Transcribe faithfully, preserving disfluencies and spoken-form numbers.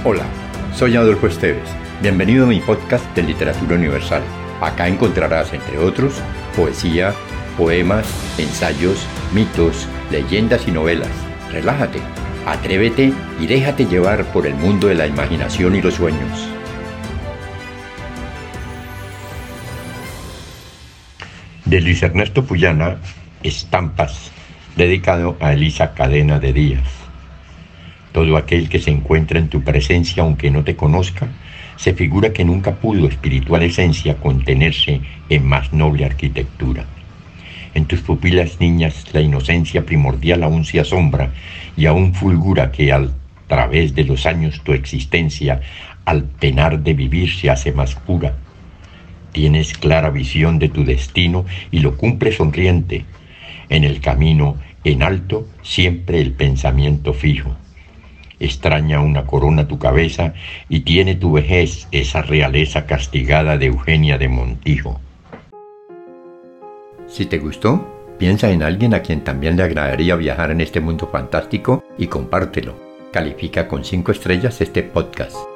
Hola, soy Adolfo Esteves. Bienvenido a mi podcast de Literatura Universal. Acá encontrarás, entre otros, poesía, poemas, ensayos, mitos, leyendas y novelas. Relájate, atrévete y déjate llevar por el mundo de la imaginación y los sueños. De Luis Ernesto Puyana, Estampas, dedicado a Elisa Cadena de Díaz. Todo aquel que se encuentra en tu presencia, aunque no te conozca, se figura que nunca pudo espiritual esencia contenerse en más noble arquitectura. En tus pupilas niñas la inocencia primordial aún se asombra y aún fulgura que a través de los años tu existencia al penar de vivir se hace más pura. Tienes clara visión de tu destino y lo cumples sonriente. En el camino, en alto, siempre el pensamiento fijo. Extraña una corona tu cabeza y tiene tu vejez esa realeza castigada de Eugenia de Montijo. Si te gustó, piensa en alguien a quien también le agradaría viajar en este mundo fantástico y compártelo. Califica con cinco estrellas este podcast.